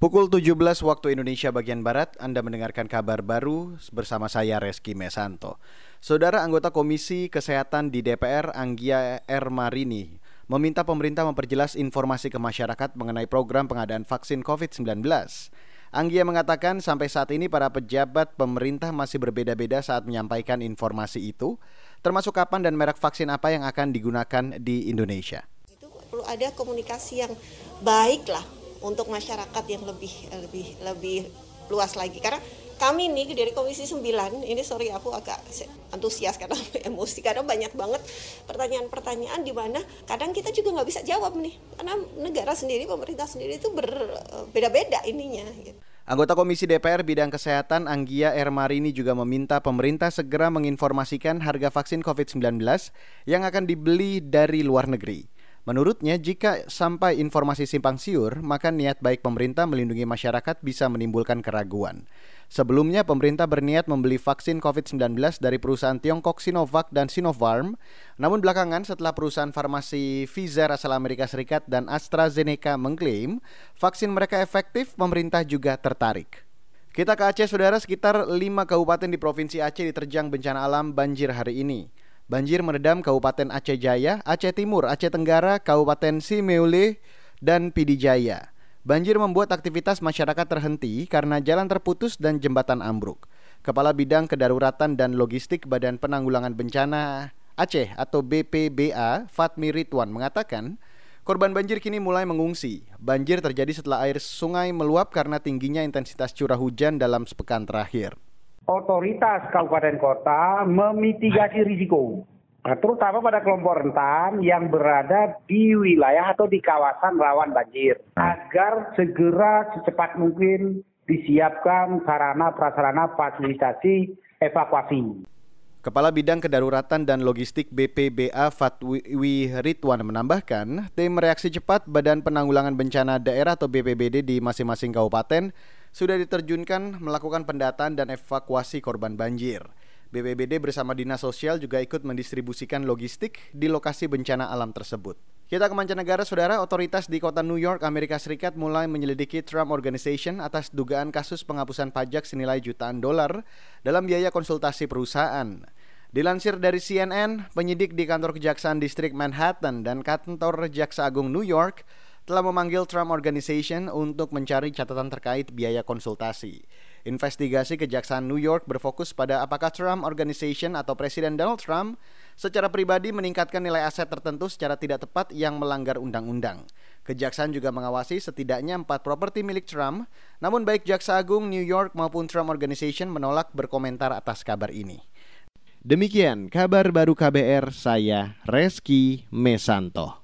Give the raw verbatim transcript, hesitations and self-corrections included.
Pukul tujuh belas waktu Indonesia bagian Barat, Anda mendengarkan kabar baru bersama saya Reski Mesanto. Saudara anggota Komisi Kesehatan di D P R, Anggia R. Marini, meminta pemerintah memperjelas informasi ke masyarakat mengenai program pengadaan vaksin covid sembilan belas. Anggia mengatakan sampai saat ini para pejabat pemerintah masih berbeda-beda saat menyampaikan informasi itu, termasuk kapan dan merek vaksin apa yang akan digunakan di Indonesia. Itu perlu ada komunikasi yang baik lah untuk masyarakat yang lebih lebih lebih luas lagi, karena kami nih dari Komisi sembilan ini sorry aku agak antusias karena emosi karena banyak banget pertanyaan-pertanyaan di mana kadang kita juga nggak bisa jawab nih karena negara sendiri, pemerintah sendiri itu berbeda-beda ininya gitu. Anggota Komisi D P R bidang kesehatan Anggia R. Marini juga meminta pemerintah segera menginformasikan harga vaksin covid sembilan belas yang akan dibeli dari luar negeri. Menurutnya, jika sampai informasi simpang siur, maka niat baik pemerintah melindungi masyarakat bisa menimbulkan keraguan. Sebelumnya, pemerintah berniat membeli vaksin covid sembilan belas dari perusahaan Tiongkok Sinovac dan Sinopharm. Namun belakangan setelah perusahaan farmasi Pfizer asal Amerika Serikat dan AstraZeneca mengklaim vaksin mereka efektif, pemerintah juga tertarik. Kita ke Aceh, saudara. Sekitar lima kabupaten di Provinsi Aceh diterjang bencana alam banjir hari ini. Banjir merendam Kabupaten Aceh Jaya, Aceh Timur, Aceh Tenggara, Kabupaten Simeulue, dan Pidi Jaya. Banjir membuat aktivitas masyarakat terhenti karena jalan terputus dan jembatan ambruk. Kepala Bidang Kedaruratan dan Logistik Badan Penanggulangan Bencana Aceh atau B P B A, Fatmi Ridwan, mengatakan korban banjir kini mulai mengungsi. Banjir terjadi setelah air sungai meluap karena tingginya intensitas curah hujan dalam sepekan terakhir. Otoritas kabupaten kota memitigasi risiko, nah, terutama pada kelompok rentan yang berada di wilayah atau di kawasan rawan banjir, agar segera secepat mungkin disiapkan sarana prasarana fasilitasi evakuasi. Kepala Bidang Kedaruratan dan Logistik B P B A Fatwi Ridwan menambahkan, tim reaksi cepat Badan Penanggulangan Bencana Daerah atau B P B D di masing-masing kabupaten sudah diterjunkan melakukan pendataan dan evakuasi korban banjir. B P B D bersama Dinas Sosial juga ikut mendistribusikan logistik di lokasi bencana alam tersebut. Kita ke mancanegara, saudara. Otoritas di kota New York, Amerika Serikat mulai menyelidiki Trump Organization atas dugaan kasus penghapusan pajak senilai jutaan dolar dalam biaya konsultasi perusahaan. Dilansir dari C N N, penyidik di kantor Kejaksaan Distrik Manhattan dan kantor Jaksa Agung New York telah memanggil Trump Organization untuk mencari catatan terkait biaya konsultasi. Investigasi Kejaksaan New York berfokus pada apakah Trump Organization atau Presiden Donald Trump secara pribadi meningkatkan nilai aset tertentu secara tidak tepat yang melanggar undang-undang. Kejaksaan juga mengawasi setidaknya empat properti milik Trump, namun baik Jaksa Agung New York maupun Trump Organization menolak berkomentar atas kabar ini. Demikian kabar baru K B R, saya Reski Mesanto.